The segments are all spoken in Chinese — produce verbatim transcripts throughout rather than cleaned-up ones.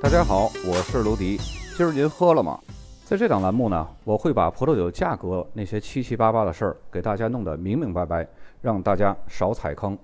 大家好，我是卢迪。今儿您喝了吗？在这档栏目呢，我会把葡萄酒价格那些七七八八的事儿给大家弄得明明白白，让大家少踩坑。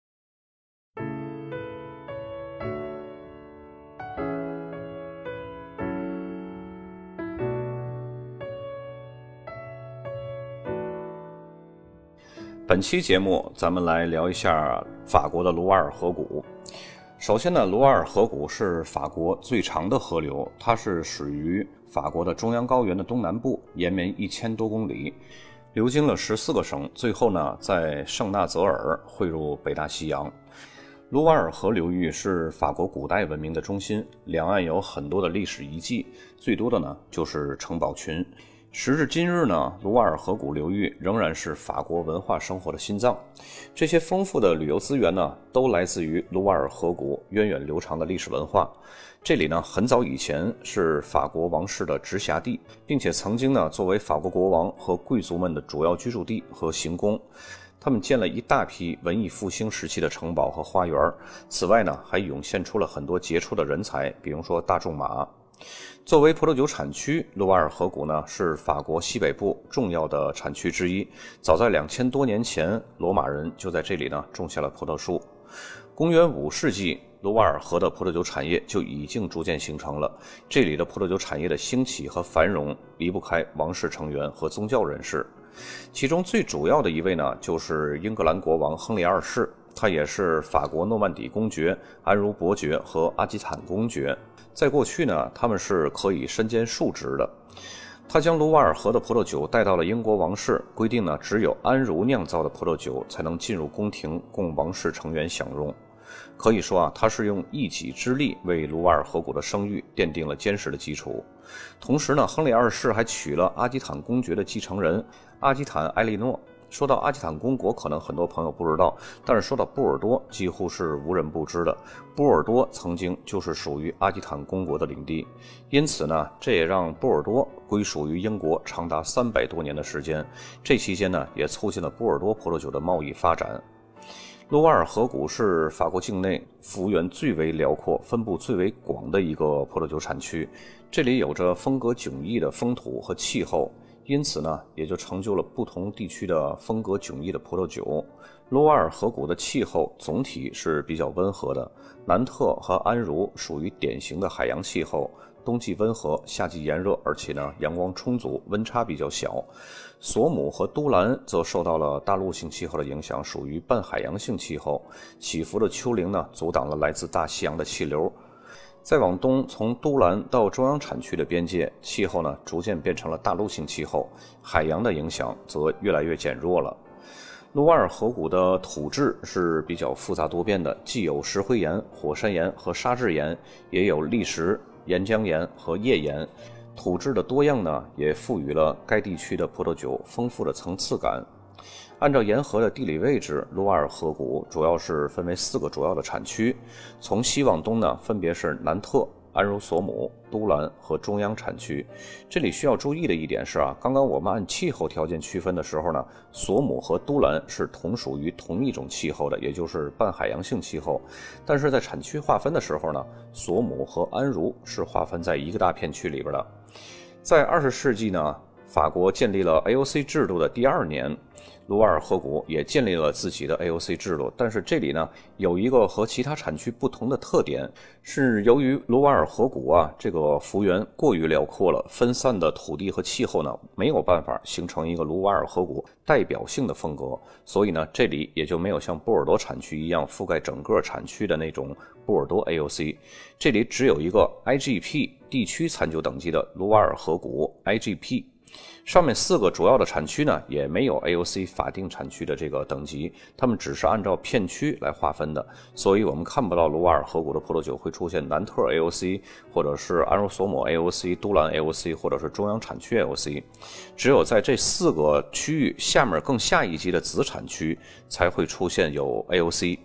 本期节目咱们来聊一下法国的卢瓦尔河谷。首先呢，卢瓦尔河谷是法国最长的河流，它是始于法国的中央高原的东南部，延绵一千多公里，流经了十四个省，最后呢在圣纳泽尔汇入北大西洋。卢瓦尔河流域是法国古代文明的中心，两岸有很多的历史遗迹，最多的呢就是城堡群。时至今日呢，卢瓦尔河谷流域仍然是法国文化生活的心脏。这些丰富的旅游资源呢，都来自于卢瓦尔河谷源远流长的历史文化。这里呢，很早以前是法国王室的直辖地，并且曾经呢，作为法国国王和贵族们的主要居住地和行宫。他们建了一大批文艺复兴时期的城堡和花园。此外呢，还涌现出了很多杰出的人才，比如说大仲马。作为葡萄酒产区，卢瓦尔河谷呢是法国西北部重要的产区之一。早在两千多年前，罗马人就在这里呢种下了葡萄树。公元五世纪，卢瓦尔河的葡萄酒产业就已经逐渐形成了。这里的葡萄酒产业的兴起和繁荣离不开王室成员和宗教人士。其中最主要的一位呢，就是英格兰国王亨利二世，他也是法国诺曼底公爵、安茹伯爵和阿基坦公爵。在过去呢，他们是可以身兼数职的。他将卢瓦尔河的葡萄酒带到了英国王室，规定呢，只有安茹酿造的葡萄酒才能进入宫廷供王室成员享用。可以说啊，他是用一己之力为卢瓦尔河谷的声誉奠定了坚实的基础。同时呢，亨利二世还娶了阿基坦公爵的继承人阿基坦埃莉诺。说到阿基坦公国，可能很多朋友不知道，但是说到波尔多，几乎是无人不知的。波尔多曾经就是属于阿基坦公国的领地，因此呢，这也让波尔多归属于英国长达三百多年的时间。这期间呢，也促进了波尔多葡萄酒的贸易发展。卢瓦尔河谷是法国境内幅员最为辽阔、分布最为广的一个葡萄酒产区，这里有着风格迥异的风土和气候。因此呢，也就成就了不同地区的风格迥异的葡萄酒。卢瓦尔河谷的气候总体是比较温和的，南特和安茹属于典型的海洋气候，冬季温和，夏季炎热，而且呢阳光充足，温差比较小。索姆和都兰则受到了大陆性气候的影响，属于半海洋性气候，起伏的丘陵呢阻挡了来自大西洋的气流。再往东，从都兰到中央产区的边界，气候呢逐渐变成了大陆性气候，海洋的影响则越来越减弱了。卢瓦尔河谷的土质是比较复杂多变的，既有石灰岩、火山岩和沙质岩，也有砾石、岩浆岩和页岩。土质的多样呢，也赋予了该地区的葡萄酒丰富的层次感。按照沿河的地理位置，卢瓦尔河谷主要是分为四个主要的产区。从西往东呢，分别是南特、安茹索姆、都兰和中央产区。这里需要注意的一点是啊，刚刚我们按气候条件区分的时候呢，索姆和都兰是同属于同一种气候的，也就是半海洋性气候。但是在产区划分的时候呢，索姆和安茹是划分在一个大片区里边的。在二十世纪呢，法国建立了 A O C 制度的第二年，卢瓦尔河谷也建立了自己的 A O C 制度，但是这里呢有一个和其他产区不同的特点，是由于卢瓦尔河谷啊这个幅员过于辽阔了，分散的土地和气候呢没有办法形成一个卢瓦尔河谷代表性的风格，所以呢这里也就没有像波尔多产区一样覆盖整个产区的那种波尔多 A O C， 这里只有一个 I G P 地区餐酒等级的卢瓦尔河谷 I G P。上面四个主要的产区呢，也没有 A O C 法定产区的这个等级，他们只是按照片区来划分的，所以我们看不到卢瓦尔河谷的葡萄酒会出现南特 A O C， 或者是安茹索姆 A O C、都兰 A O C， 或者是中央产区 A O C， 只有在这四个区域下面更下一级的子产区才会出现有 A O C。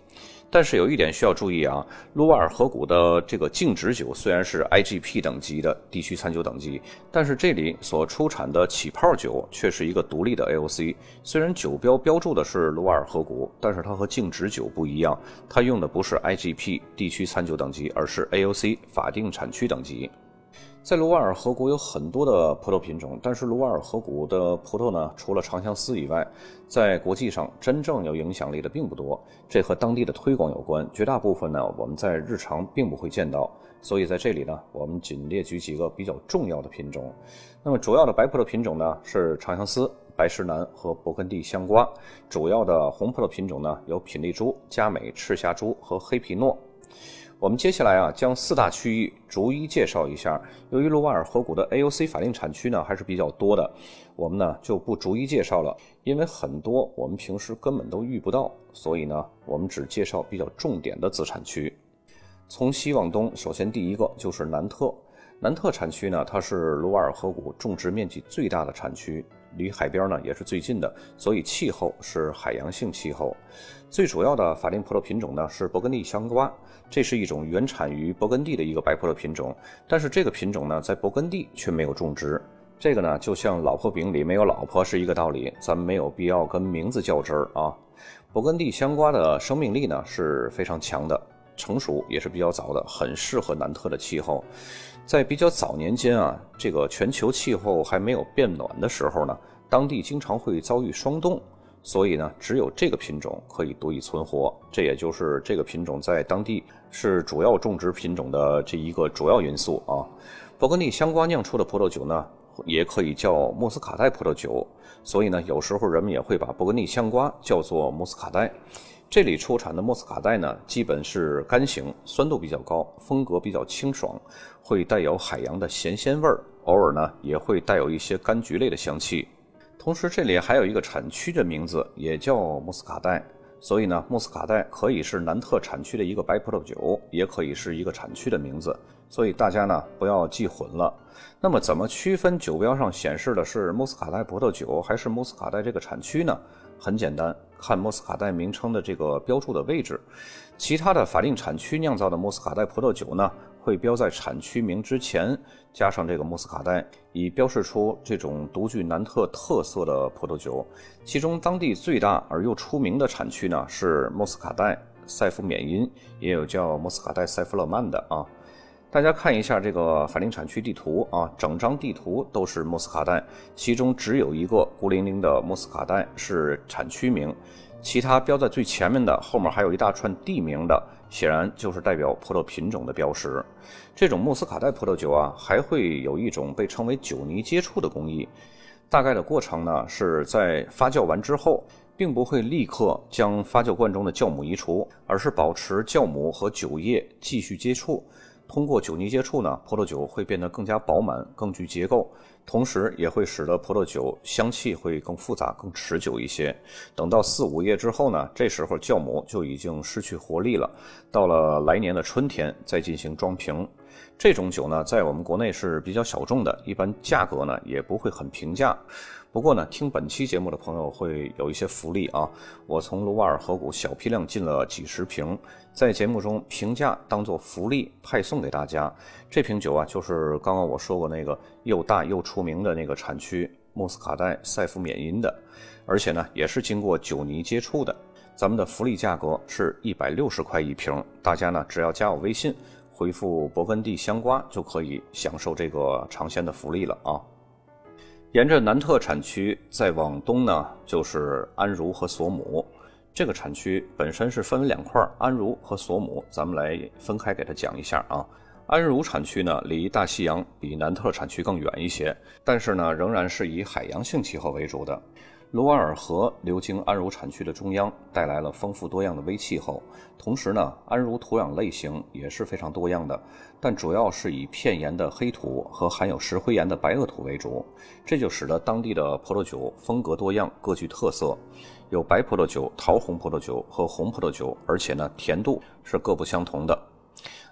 但是有一点需要注意啊，卢瓦尔河谷的这个净值酒虽然是 I G P 等级的地区餐酒等级，但是这里所出产的起泡酒却是一个独立的 A O C。虽然酒标标注的是卢瓦尔河谷，但是它和净值酒不一样，它用的不是 I G P 地区餐酒等级，而是 A O C 法定产区等级。在卢瓦尔河谷有很多的葡萄品种，但是卢瓦尔河谷的葡萄呢，除了长相思以外，在国际上真正有影响力的并不多，这和当地的推广有关，绝大部分呢我们在日常并不会见到，所以在这里呢我们仅列举几个比较重要的品种。那么主要的白葡萄品种呢是长相思、白石南和勃艮第香瓜，主要的红葡萄品种呢有品丽珠、佳美、赤霞珠和黑皮诺。我们接下来啊，将四大区域逐一介绍一下。由于卢瓦尔河谷的 A O C 法定产区呢还是比较多的，我们呢就不逐一介绍了，因为很多我们平时根本都遇不到，所以呢我们只介绍比较重点的子产区。从西往东，首先第一个就是南特。南特产区呢，它是卢瓦尔河谷种植面积最大的产区，离海边呢也是最近的，所以气候是海洋性气候。最主要的法定葡萄品种呢是勃艮第香瓜，这是一种原产于勃艮第的一个白葡萄品种，但是这个品种呢在勃艮第却没有种植。这个呢就像老婆饼里没有老婆是一个道理，咱们没有必要跟名字较真儿啊。勃艮第香瓜的生命力呢是非常强的，成熟也是比较早的，很适合南特的气候。在比较早年间啊，这个全球气候还没有变暖的时候呢，当地经常会遭遇霜冻，所以呢，只有这个品种可以得以存活，这也就是这个品种在当地是主要种植品种的这一个主要因素啊。勃艮第香瓜酿出的葡萄酒呢，也可以叫莫斯卡代葡萄酒，所以呢，有时候人们也会把勃艮第香瓜叫做莫斯卡代。这里出产的莫斯卡代呢，基本是干型，酸度比较高，风格比较清爽，会带有海洋的咸鲜味儿，偶尔呢也会带有一些柑橘类的香气。同时这里还有一个产区的名字也叫莫斯卡代，所以呢莫斯卡代可以是南特产区的一个白葡萄酒，也可以是一个产区的名字，所以大家呢不要记混了。那么怎么区分酒标上显示的是莫斯卡代葡萄酒还是莫斯卡代这个产区呢？很简单，看莫斯卡代名称的这个标注的位置。其他的法定产区酿造的莫斯卡代葡萄酒呢，会标在产区名之前加上这个莫斯卡代，以标示出这种独具南特特色的葡萄酒。其中当地最大而又出名的产区呢是莫斯卡代塞夫缅因，也有叫莫斯卡代塞夫勒曼的啊。大家看一下这个法定产区地图啊，整张地图都是莫斯卡代，其中只有一个孤零零的莫斯卡代是产区名，其他标在最前面的后面还有一大串地名的，显然就是代表葡萄品种的标识。这种莫斯卡代葡萄酒啊，还会有一种被称为酒泥接触的工艺，大概的过程呢是在发酵完之后，并不会立刻将发酵罐中的酵母移除，而是保持酵母和酒液继续接触。通过酒泥接触呢，葡萄酒会变得更加饱满，更具结构，同时也会使得葡萄酒香气会更复杂、更持久一些。等到四五月之后呢，这时候酵母就已经失去活力了，到了来年的春天再进行装瓶。这种酒呢，在我们国内是比较小众的，一般价格呢也不会很平价。不过呢，听本期节目的朋友会有一些福利啊！我从卢瓦尔河谷小批量进了几十瓶，在节目中平价当做福利派送给大家。这瓶酒啊，就是刚刚我说过那个又大又出名的那个产区莫斯卡代塞夫缅因的，而且呢，也是经过酒泥接触的。咱们的福利价格是一百六十块一瓶，大家呢只要加我微信，回复勃艮第香瓜就可以享受这个尝鲜的福利了啊！沿着南特产区再往东呢，就是安茹和索姆。这个产区本身是分为两块，安茹和索姆，咱们来分开给它讲一下啊。安茹产区呢，离大西洋比南特产区更远一些，但是呢，仍然是以海洋性气候为主的。卢瓦尔河流经安茹产区的中央，带来了丰富多样的微气候。同时呢，安茹土壤类型也是非常多样的，但主要是以片岩的黑土和含有石灰岩的白垩土为主，这就使得当地的葡萄酒风格多样，各具特色，有白葡萄酒、桃红葡萄酒和红葡萄酒，而且呢，甜度是各不相同的。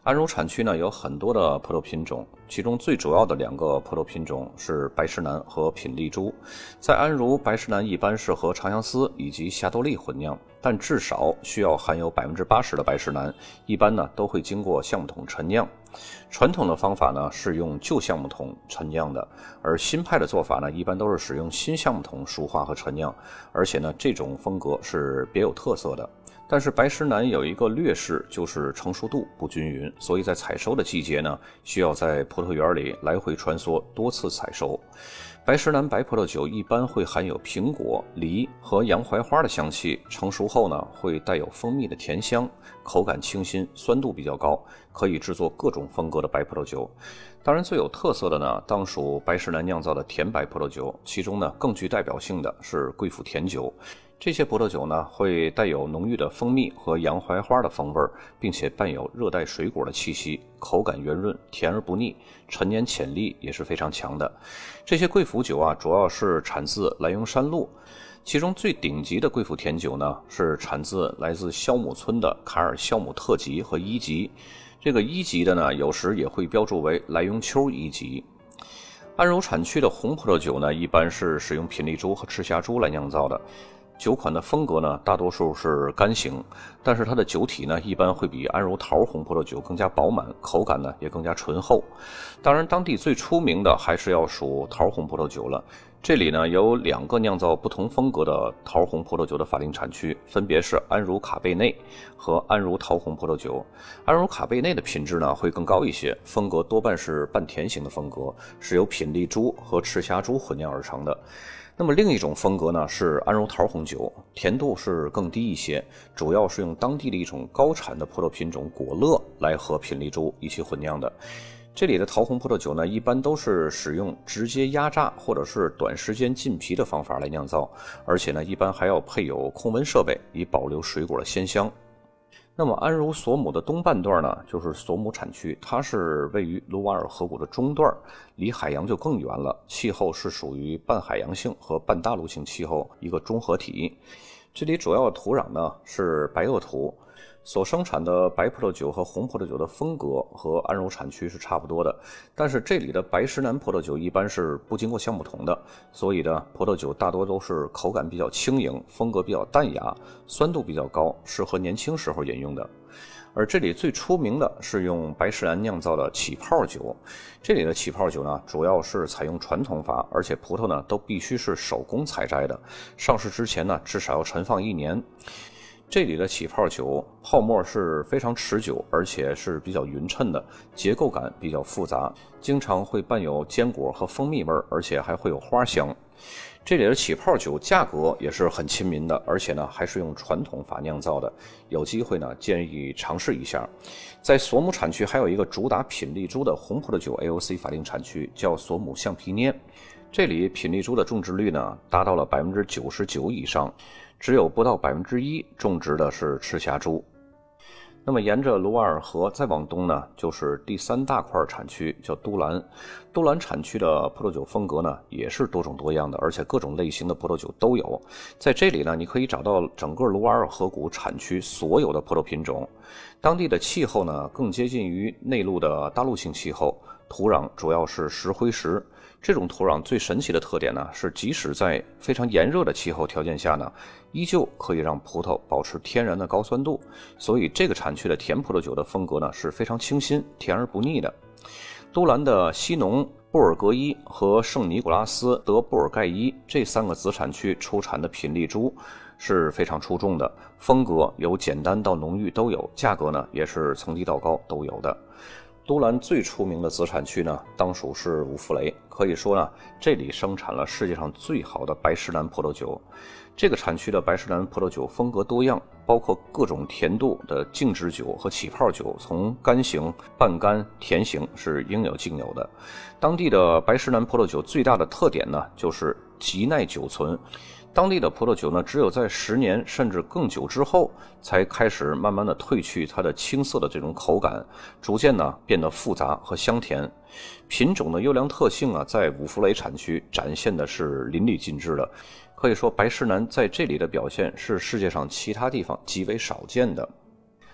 安茹产区呢有很多的葡萄品种，其中最主要的两个葡萄品种是白石南和品丽珠。在安茹，白石南一般是和长相思以及霞多丽混酿，但至少需要含有 百分之八十 的白石南，一般呢都会经过橡木桶陈酿。传统的方法呢是用旧橡木桶陈酿的，而新派的做法呢一般都是使用新橡木桶熟化和陈酿，而且呢这种风格是别有特色的。但是白石南有一个劣势，就是成熟度不均匀，所以在采收的季节呢，需要在葡萄园里来回穿梭多次采收。白石南白葡萄酒一般会含有苹果、梨和洋槐花的香气，成熟后呢，会带有蜂蜜的甜香，口感清新，酸度比较高，可以制作各种风格的白葡萄酒。当然最有特色的呢，当属白石南酿造的甜白葡萄酒，其中呢更具代表性的是贵腐甜酒。这些葡萄酒呢，会带有浓郁的蜂蜜和洋槐花的风味，并且伴有热带水果的气息，口感圆润，甜而不腻，陈年潜力也是非常强的。这些贵腐酒啊，主要是产自莱庸山麓，其中最顶级的贵腐甜酒呢，是产自来自肖姆村的卡尔肖姆特级和一级。这个一级的呢，有时也会标注为莱庸丘一级。安茹产区的红葡萄酒呢，一般是使用品丽珠和赤霞珠来酿造的。酒款的风格呢，大多数是干型，但是它的酒体呢，一般会比安茹桃红葡萄酒更加饱满，口感呢也更加醇厚。当然，当地最出名的还是要数桃红葡萄酒了。这里呢有两个酿造不同风格的桃红葡萄酒的法定产区，分别是安茹卡贝内和安茹桃红葡萄酒。安茹卡贝内的品质呢会更高一些，风格多半是半甜型的风格，是由品丽珠和赤霞珠混酿而成的。那么另一种风格呢是安茹桃红酒，甜度是更低一些，主要是用当地的一种高产的葡萄品种果乐来和品丽珠一起混酿的。这里的桃红葡萄酒呢，一般都是使用直接压榨或者是短时间浸皮的方法来酿造，而且呢，一般还要配有控温设备，以保留水果的鲜香。那么安茹索姆的东半段呢，就是索姆产区，它是位于卢瓦尔河谷的中段，离海洋就更远了，气候是属于半海洋性和半大陆性气候一个综合体。这里主要的土壤呢是白垩土，所生产的白葡萄酒和红葡萄酒的风格和安茹产区是差不多的，但是这里的白石南葡萄酒一般是不经过橡木桶的，所以呢，葡萄酒大多都是口感比较轻盈，风格比较淡雅，酸度比较高，适合年轻时候饮用的。而这里最出名的是用白石南酿造的起泡酒，这里的起泡酒呢，主要是采用传统法，而且葡萄呢都必须是手工采摘的，上市之前呢至少要陈放一年。这里的起泡酒泡沫是非常持久，而且是比较匀称的，结构感比较复杂，经常会伴有坚果和蜂蜜味，而且还会有花香。这里的起泡酒价格也是很亲民的，而且呢还是用传统法酿造的，有机会呢建议尝试一下。在索姆产区还有一个主打品丽珠的红葡萄酒 A O C 法定产区，叫索姆橡皮捏。这里品丽珠的种植率呢达到了 百分之九十九 以上，只有不到 百分之一 种植的是赤霞珠。那么沿着卢瓦尔河再往东呢，就是第三大块产区，叫都兰。都兰产区的葡萄酒风格呢，也是多种多样的，而且各种类型的葡萄酒都有。在这里呢，你可以找到整个卢瓦尔河谷产区所有的葡萄品种。当地的气候呢，更接近于内陆的大陆性气候，土壤主要是石灰石。这种土壤最神奇的特点呢，是即使在非常炎热的气候条件下呢，依旧可以让葡萄保持天然的高酸度，所以这个产区的甜葡萄酒的风格呢是非常清新、甜而不腻的。都兰的西农、布尔格伊和圣尼古拉斯德布尔盖伊这三个子产区出产的品丽珠是非常出众的，风格由简单到浓郁都有，价格呢也是从低到高都有的。都兰最出名的子产区呢，当属是五福雷，可以说呢，这里生产了世界上最好的白石南葡萄酒。这个产区的白石南葡萄酒风格多样，包括各种甜度的静止酒和起泡酒，从干型、半干、甜型是应有尽有的。当地的白石南葡萄酒最大的特点呢，就是极耐久存。当地的葡萄酒呢，只有在十年甚至更久之后，才开始慢慢的褪去它的青涩的这种口感，逐渐呢变得复杂和香甜。品种的优良特性啊，在五福雷产区展现的是淋漓尽致的。可以说，白石南在这里的表现是世界上其他地方极为少见的。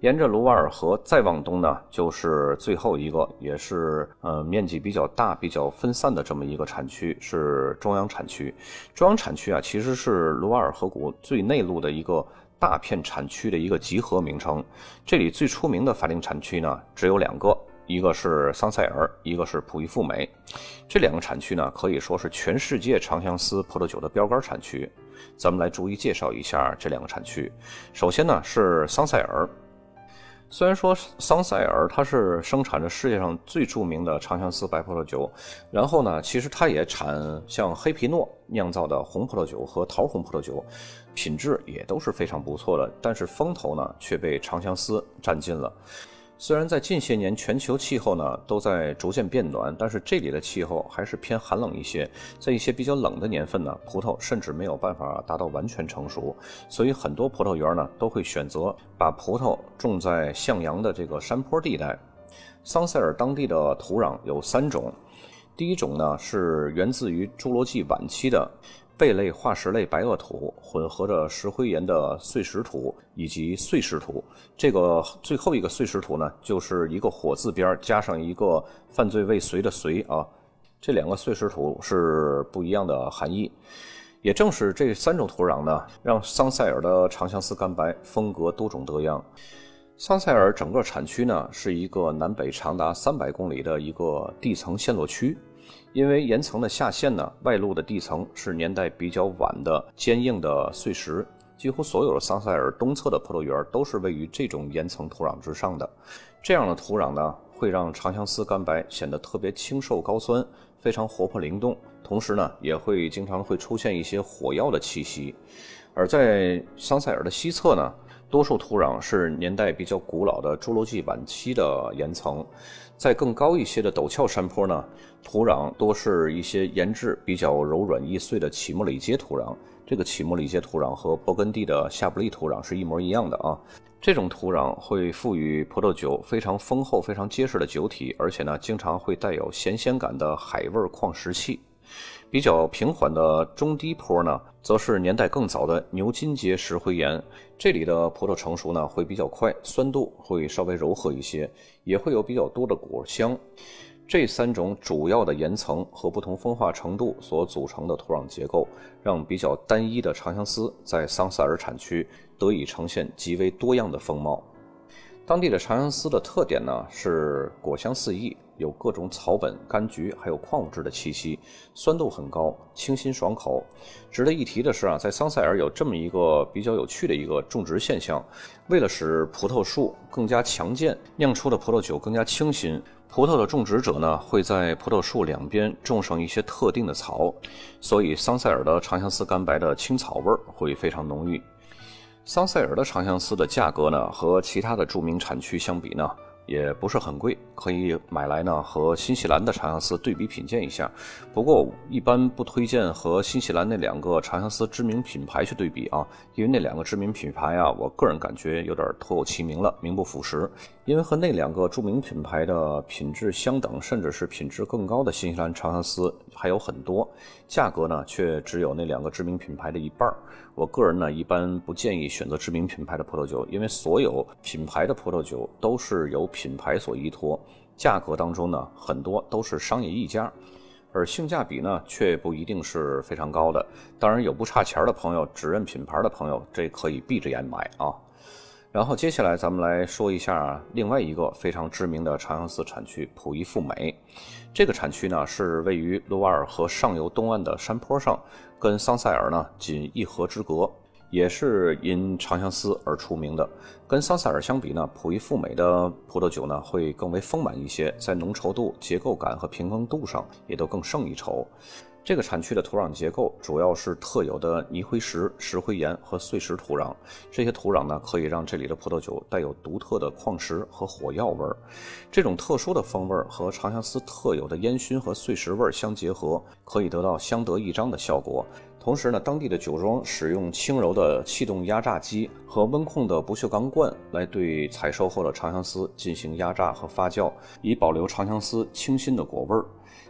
沿着卢瓦尔河再往东呢，就是最后一个，也是呃面积比较大、比较分散的这么一个产区，是中央产区。中央产区啊，其实是卢瓦尔河谷最内陆的一个大片产区的一个集合名称。这里最出名的法定产区呢，只有两个，一个是桑塞尔，一个是普伊富美。这两个产区呢，可以说是全世界长相思葡萄酒的标杆产区。咱们来逐一介绍一下这两个产区。首先呢是桑塞尔。虽然说桑塞尔它是生产着世界上最著名的长相思白葡萄酒，然后呢其实它也产像黑皮诺酿造的红葡萄酒和桃红葡萄酒，品质也都是非常不错的，但是风头呢却被长相思占尽了。虽然在近些年全球气候呢都在逐渐变暖，但是这里的气候还是偏寒冷一些，在一些比较冷的年份呢，葡萄甚至没有办法达到完全成熟，所以很多葡萄园呢都会选择把葡萄种在向阳的这个山坡地带。桑塞尔当地的土壤有三种，第一种呢是源自于侏罗纪晚期的贝类化石类白垩土混合着石灰岩的碎石土以及碎石土。这个最后一个碎石土呢，就是一个火字边加上一个犯罪未遂的遂啊，这两个碎石土是不一样的含义。也正是这三种土壤呢，让桑塞尔的长相思干白风格多种多样。桑塞尔整个产区呢，是一个南北长达三百公里的一个地层陷落区。因为岩层的下陷呢，外露的地层是年代比较晚的坚硬的碎石，几乎所有的桑塞尔东侧的葡萄园都是位于这种岩层土壤之上的。这样的土壤呢，会让长相思干白显得特别清瘦高酸，非常活泼灵动，同时呢，也会经常会出现一些火药的气息。而在桑塞尔的西侧呢，多数土壤是年代比较古老的侏罗纪晚期的岩层，在更高一些的陡峭山坡呢，土壤多是一些岩质比较柔软易碎的起莫里阶土壤。这个起莫里阶土壤和勃艮第的夏布利土壤是一模一样的啊。这种土壤会赋予葡萄酒非常丰厚、非常结实的酒体，而且呢，经常会带有咸鲜感的海味矿石气。比较平缓的中低坡呢，则是年代更早的牛津阶石灰岩。这里的葡萄成熟呢会比较快，酸度会稍微柔和一些，也会有比较多的果香。这三种主要的岩层和不同风化程度所组成的土壤结构，让比较单一的长相思在桑塞尔产区得以呈现极为多样的风貌。当地的长相思的特点呢是果香四溢，有各种草本、柑橘还有矿物质的气息，酸度很高，清新爽口。值得一提的是啊，在桑塞尔有这么一个比较有趣的一个种植现象，为了使葡萄树更加强健，酿出的葡萄酒更加清新，葡萄的种植者呢会在葡萄树两边种上一些特定的草，所以桑塞尔的长相思干白的青草味会非常浓郁。桑塞尔的长相思的价格呢，和其他的著名产区相比呢，也不是很贵，可以买来呢和新西兰的长相思对比品鉴一下。不过一般不推荐和新西兰那两个长相思知名品牌去对比啊，因为那两个知名品牌啊，我个人感觉有点徒有其名了，名不副实。因为和那两个著名品牌的品质相等，甚至是品质更高的新西兰长相思还有很多，价格呢却只有那两个知名品牌的一半。我个人呢一般不建议选择知名品牌的葡萄酒，因为所有品牌的葡萄酒都是由品牌所依托，价格当中呢很多都是商业溢价，而性价比呢却不一定是非常高的。当然有不差钱的朋友，只认品牌的朋友，这可以闭着眼买啊。然后接下来咱们来说一下另外一个非常知名的长相思产区普伊富美。这个产区呢是位于卢瓦尔河上游东岸的山坡上，跟桑塞尔呢仅一河之隔，也是因长相思而出名的。跟桑塞尔相比呢，普伊富美的葡萄酒呢会更为丰满一些，在浓稠度、结构感和平衡度上也都更胜一筹。这个产区的土壤结构主要是特有的泥灰石、石灰岩和碎石土壤，这些土壤呢可以让这里的葡萄酒带有独特的矿石和火药味儿。这种特殊的风味和长相思特有的烟熏和碎石味相结合，可以得到相得益彰的效果。同时呢，当地的酒庄使用轻柔的气动压榨机和温控的不锈钢罐来对采收后的长相思进行压榨和发酵，以保留长相思清新的果味儿。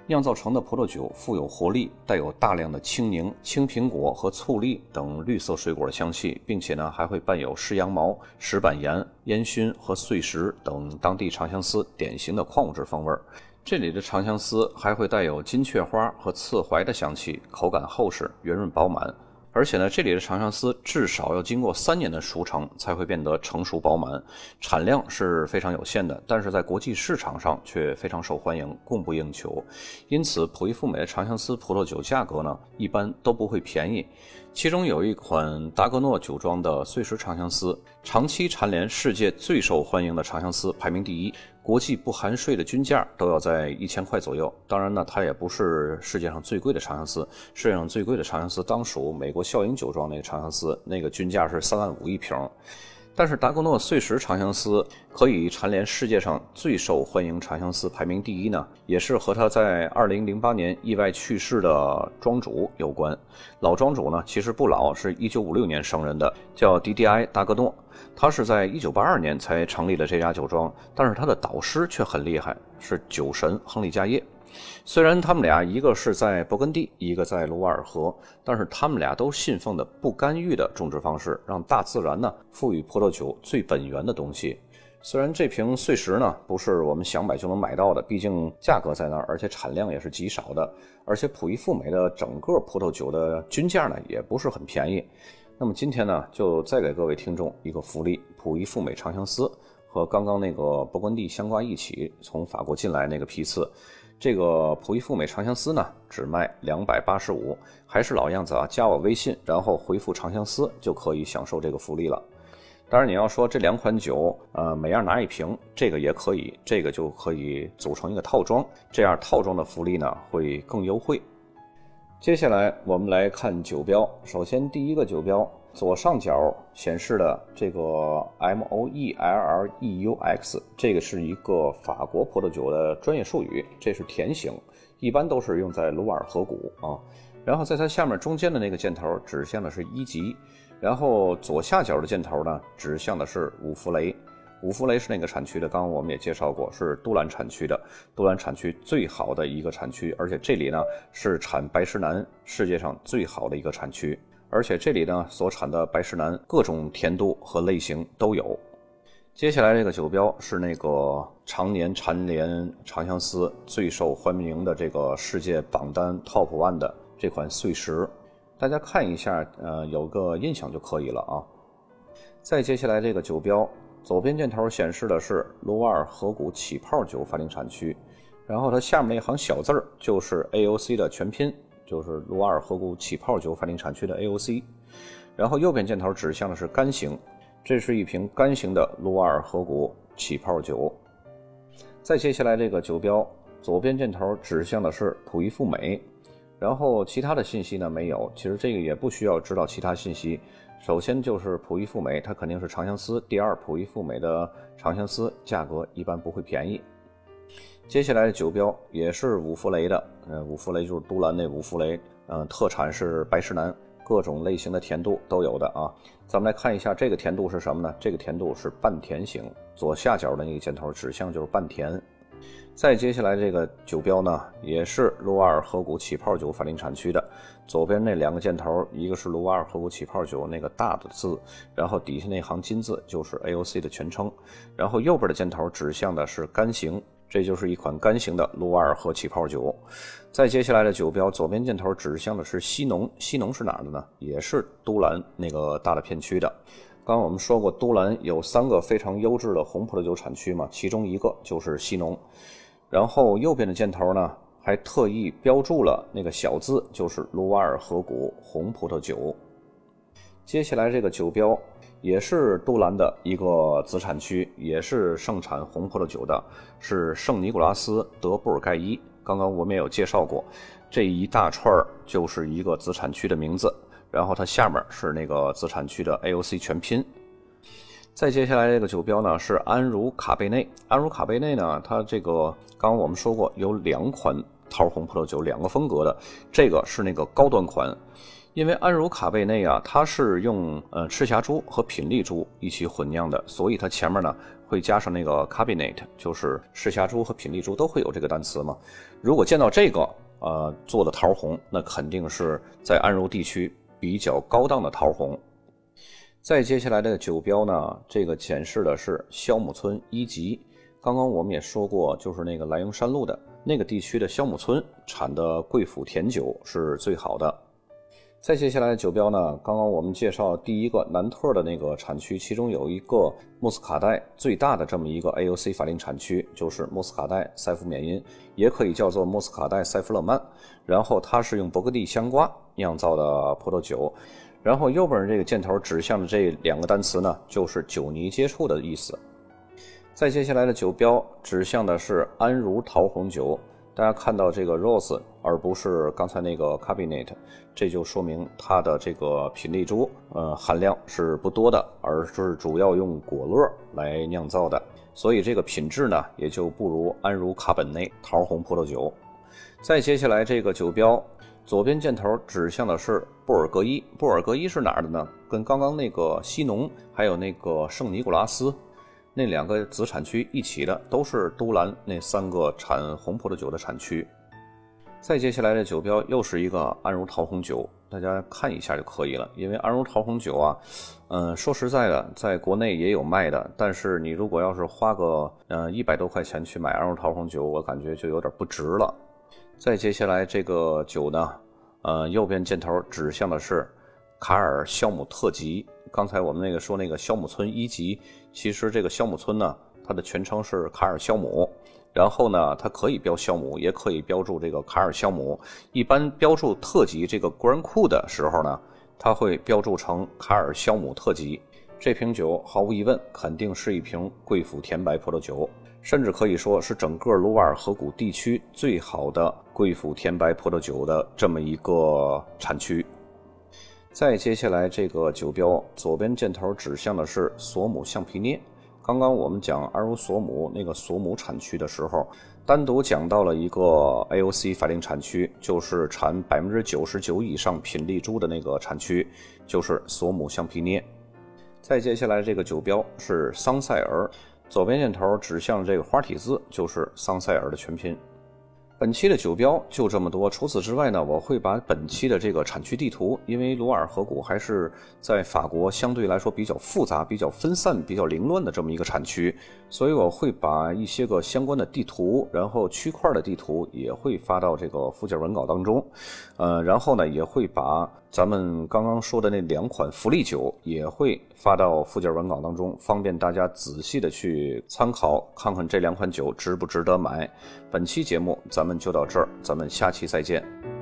酿造成的葡萄酒富有活力，带有大量的青柠、青苹果和醋栗等绿色水果的香气，并且呢还会伴有湿羊毛、石板盐、烟熏和碎石等当地长相思典型的矿物质风味。这里的长相思还会带有金雀花和刺槐的香气，口感厚实、圆润饱满。而且呢，这里的长相思至少要经过三年的熟成才会变得成熟饱满，产量是非常有限的，但是在国际市场上却非常受欢迎，供不应求。因此，普益富美的长相思葡萄酒价格呢，一般都不会便宜。其中有一款达格诺酒庄的碎石长相思，长期蝉联世界最受欢迎的长相思，排名第一。国际不含税的均价都要在一千块左右。当然呢，它也不是世界上最贵的长相思，世界上最贵的长相思当属美国笑盈酒庄那个长相思，那个均价是三万五一瓶。但是达格诺碎石长相思可以蝉联世界上最受欢迎长相思排名第一呢，也是和他在二零零八年意外去世的庄主有关。老庄主呢其实不老，是一九五六年生人的，叫 D D I 达格诺。他是在一九八二年才成立了这家酒庄，但是他的导师却很厉害，是酒神亨利加耶。虽然他们俩一个是在勃艮第，一个在卢瓦尔河，但是他们俩都信奉的不干预的种植方式，让大自然呢赋予葡萄酒最本源的东西。虽然这瓶碎石呢不是我们想买就能买到的，毕竟价格在那儿，而且产量也是极少的，而且普益富美的整个葡萄酒的均价呢也不是很便宜。那么今天呢就再给各位听众一个福利，普益富美长相思和刚刚那个勃艮第香瓜一起从法国进来那个批次，这个普益富美长相思呢只卖两百八十五，还是老样子啊，加我微信然后回复长相思就可以享受这个福利了。当然你要说这两款酒呃每样拿一瓶，这个也可以，这个就可以组成一个套装，这样套装的福利呢会更优惠。接下来我们来看酒标，首先第一个酒标左上角显示的这个 M O E L L E U X， 这个是一个法国葡萄酒的专业术语，这是甜型，一般都是用在卢瓦尔河谷啊。然后在它下面中间的那个箭头指向的是一级，然后左下角的箭头呢指向的是五福雷。五福雷是那个产区的，刚刚我们也介绍过，是都兰产区的，都兰产区最好的一个产区，而且这里呢是产白石楠世界上最好的一个产区，而且这里呢所产的白石楠各种甜度和类型都有。接下来这个酒标是那个常年蝉联长相思最受欢迎的这个世界榜单 Top 一 的这款碎石，大家看一下呃，有个印象就可以了啊。再接下来这个酒标左边箭头显示的是卢瓦尔河谷起泡酒法定产区，然后它下面那行小字儿就是 A O C 的全拼，就是卢瓦尔河谷起泡酒法定产区的 A O C， 然后右边箭头指向的是干型，这是一瓶干型的卢瓦尔河谷起泡酒。再接下来这个酒标左边箭头指向的是普益富美，然后其他的信息呢没有，其实这个也不需要知道其他信息。首先就是普益富美，它肯定是长相思，第二普益富美的长相思价格一般不会便宜。接下来的酒标也是五福雷的，呃，五福雷就是都兰那五福雷，呃，特产是白石楠，各种类型的甜度都有的啊。咱们来看一下这个甜度是什么呢？这个甜度是半甜型，左下角的那个箭头指向就是半甜。再接下来这个酒标呢也是卢瓦尔河谷起泡酒法定产区的，左边那两个箭头一个是卢瓦尔河谷起泡酒那个大的字，然后底下那行金字就是 A O C 的全称，然后右边的箭头指向的是干型，这就是一款干型的卢瓦尔河起泡酒。再接下来的酒标左边箭头指向的是西农，西农是哪儿的呢？也是都兰那个大的片区的。刚刚我们说过都兰有三个非常优质的红葡萄酒产区嘛，其中一个就是西农。然后右边的箭头呢还特意标注了那个小字，就是卢瓦尔河谷红葡萄酒。接下来这个酒标也是都兰的一个子产区，也是盛产红葡萄酒的，是圣尼古拉斯德布尔盖伊。刚刚我们也有介绍过，这一大串就是一个子产区的名字，然后它下面是那个子产区的 A O C 全拼。再接下来这个酒标呢是安茹卡贝内，安茹卡贝内呢它这个刚刚我们说过有两款桃红葡萄酒，两个风格的，这个是那个高端款。因为安茹卡贝内啊它是用呃赤霞珠和品丽珠一起混酿的，所以它前面呢会加上那个 cabinet， 就是赤霞珠和品丽珠都会有这个单词嘛。如果见到这个呃做的桃红，那肯定是在安茹地区比较高档的桃红。再接下来的酒标呢，这个显示的是肖姆村一级。刚刚我们也说过，就是那个莱茵山路的那个地区的肖姆村产的贵腐甜酒是最好的。再接下来的酒标呢，刚刚我们介绍第一个南特的那个产区，其中有一个莫斯卡代最大的这么一个 A O C 法定产区，就是莫斯卡代塞夫缅因，也可以叫做莫斯卡代塞夫勒曼。然后它是用勃艮第香瓜酿造的葡萄酒。然后右边这个箭头指向的这两个单词呢，就是酒泥接触的意思。再接下来的酒标指向的是安茹桃红酒，大家看到这个 rose 而不是刚才那个 cabinet， 这就说明它的这个品丽珠呃含量是不多的，而是主要用果乐来酿造的，所以这个品质呢也就不如安茹卡本内桃红葡萄酒。再接下来这个酒标左边箭头指向的是布尔格伊，布尔格伊是哪儿的呢？跟刚刚那个西农还有那个圣尼古拉斯那两个子产区一起的，都是都兰那三个产红葡萄酒的产区。再接下来的酒标又是一个安茹桃红酒，大家看一下就可以了。因为安茹桃红酒啊，嗯，说实在的，在国内也有卖的，但是你如果要是花个呃一百多块钱去买安茹桃红酒，我感觉就有点不值了。再接下来这个酒呢，呃，右边箭头指向的是卡尔肖姆特级。刚才我们那个说那个肖姆村一级，其实这个肖姆村呢，它的全称是卡尔肖姆。然后呢，它可以标肖姆，也可以标注这个卡尔肖姆。一般标注特级这个Grand Cru的时候呢，它会标注成卡尔肖姆特级。这瓶酒毫无疑问肯定是一瓶贵腐甜白葡萄酒，甚至可以说是整个卢瓦尔河谷地区最好的贵腐甜白葡萄酒的这么一个产区。再接下来这个酒标左边箭头指向的是索姆橡皮涅。刚刚我们讲安茹索姆那个索姆产区的时候，单独讲到了一个 A O C 法定产区，就是产 百分之九十九 以上品丽珠的那个产区，就是索姆橡皮涅。再接下来这个酒标是桑塞尔，左边箭头指向这个花体字，就是桑塞尔的全拼。本期的酒标就这么多，除此之外呢，我会把本期的这个产区地图，因为卢瓦尔河谷还是在法国相对来说比较复杂、比较分散、比较凌乱的这么一个产区，所以我会把一些个相关的地图，然后区块的地图也会发到这个附件文稿当中，呃，然后呢也会把咱们刚刚说的那两款福利酒也会发到附件文稿当中，方便大家仔细的去参考，看看这两款酒值不值得买。本期节目咱们就到这儿，咱们下期再见。